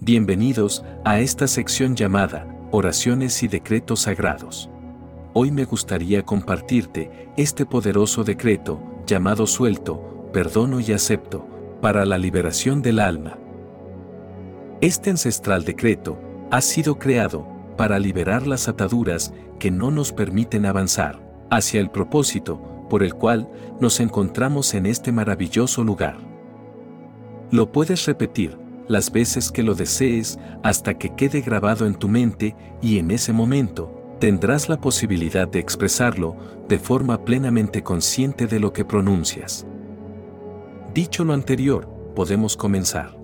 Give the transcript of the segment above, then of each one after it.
Bienvenidos a esta sección llamada Oraciones y Decretos Sagrados. Hoy me gustaría compartirte este poderoso decreto llamado Suelto, Perdono y Acepto, para la liberación del alma. Este ancestral decreto ha sido creado para liberar las ataduras que no nos permiten avanzar hacia el propósito por el cual nos encontramos en este maravilloso lugar. Lo puedes repetir las veces que lo desees hasta que quede grabado en tu mente y en ese momento tendrás la posibilidad de expresarlo de forma plenamente consciente de lo que pronuncias. Dicho lo anterior, podemos comenzar.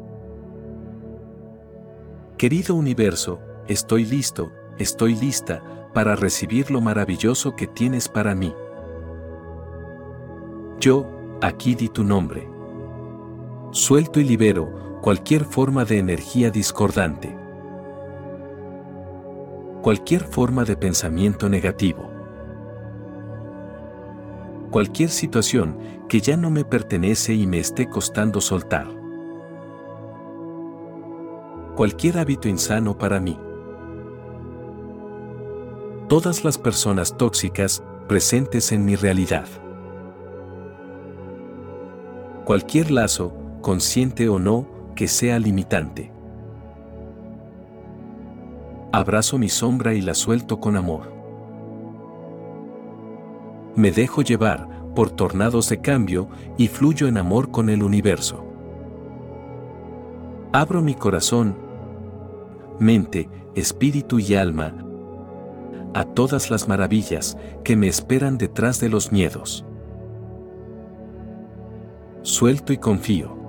Querido universo, estoy listo, estoy lista para recibir lo maravilloso que tienes para mí. Yo, aquí di tu nombre. Suelto y libero cualquier forma de energía discordante. Cualquier forma de pensamiento negativo. Cualquier situación que ya no me pertenece y me esté costando soltar. Cualquier hábito insano para mí. Todas las personas tóxicas presentes en mi realidad. Cualquier lazo, consciente o no, que sea limitante. Abrazo mi sombra y la suelto con amor. Me dejo llevar por tornados de cambio y fluyo en amor con el universo. Abro mi corazón, mente, espíritu y alma a todas las maravillas que me esperan detrás de los miedos. Suelto y confío.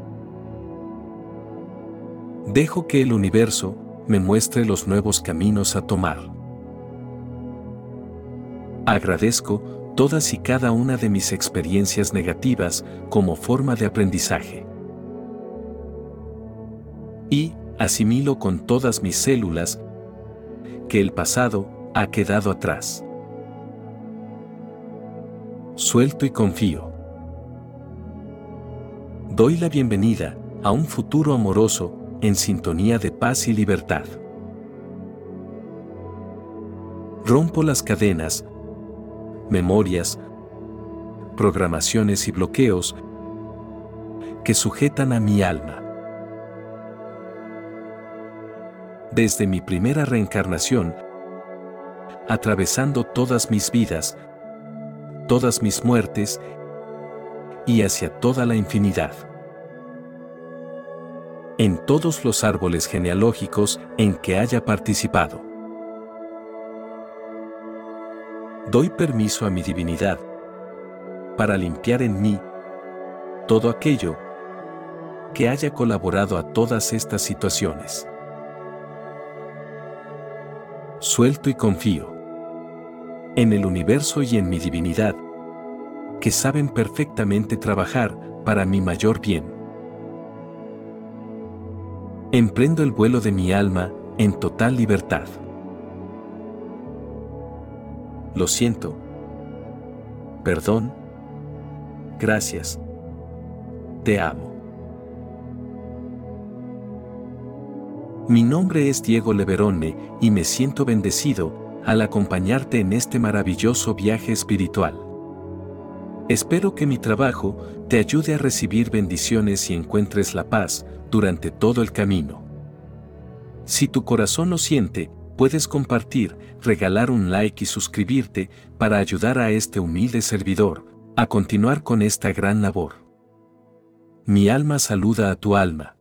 Dejo que el universo me muestre los nuevos caminos a tomar. Agradezco todas y cada una de mis experiencias negativas como forma de aprendizaje. Y asimilo con todas mis células que el pasado ha quedado atrás. Suelto y confío. Doy la bienvenida a un futuro amoroso en sintonía de paz y libertad. Rompo las cadenas, memorias, programaciones y bloqueos que sujetan a mi alma. Desde mi primera reencarnación, atravesando todas mis vidas, todas mis muertes y hacia toda la infinidad. En todos los árboles genealógicos en que haya participado. Doy permiso a mi divinidad para limpiar en mí todo aquello que haya colaborado a todas estas situaciones. Suelto y confío en el universo y en mi divinidad, que saben perfectamente trabajar para mi mayor bien. Emprendo el vuelo de mi alma en total libertad. Lo siento. Perdón. Gracias. Te amo. Mi nombre es Diego Leverone y me siento bendecido al acompañarte en este maravilloso viaje espiritual. Espero que mi trabajo te ayude a recibir bendiciones y encuentres la paz durante todo el camino. Si tu corazón lo siente, puedes compartir, regalar un like y suscribirte para ayudar a este humilde servidor a continuar con esta gran labor. Mi alma saluda a tu alma.